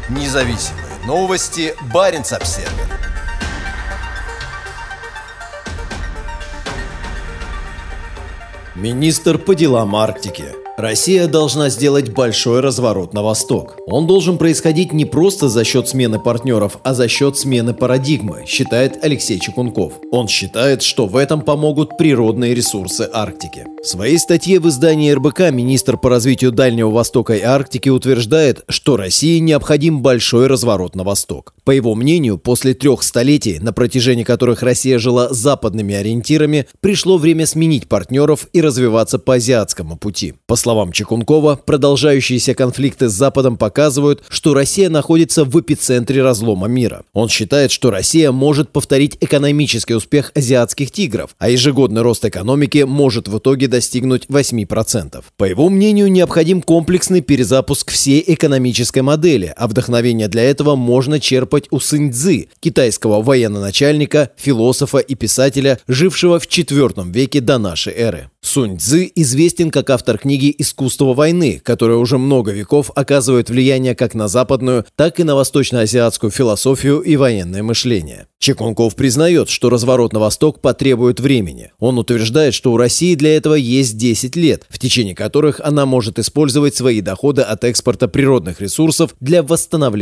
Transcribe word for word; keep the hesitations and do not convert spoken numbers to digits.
Независимые новости. Баренц-Обсервер. Министр по делам Арктики. Россия должна сделать большой разворот на восток. Он должен происходить не просто за счет смены партнеров, а за счет смены парадигмы, считает Алексей Чекунков. Он считает, что в этом помогут природные ресурсы Арктики. В своей статье в издании эр бэ ка министр по развитию Дальнего Востока и Арктики утверждает, что России необходим большой разворот на восток. По его мнению, после трех столетий, на протяжении которых Россия жила западными ориентирами, пришло время сменить партнеров и развиваться по азиатскому пути. По словам Чекункова, продолжающиеся конфликты с Западом показывают, что Россия находится в эпицентре разлома мира. Он считает, что Россия может повторить экономический успех азиатских тигров, а ежегодный рост экономики может в итоге достигнуть восемь процентов. По его мнению, необходим комплексный перезапуск всей экономической модели, а вдохновение для этого можно черпать у Сунь Цзы, китайского военачальника, философа и писателя, жившего в четвёртом веке до нашей эры. Сунь Цзы известен как автор книги «Искусство войны», которая уже много веков оказывает влияние как на западную, так и на восточно-азиатскую философию и военное мышление. Чекунков признает, что разворот на восток потребует времени. Он утверждает, что у России для этого есть десять лет, в течение которых она может использовать свои доходы от экспорта природных ресурсов для восстановления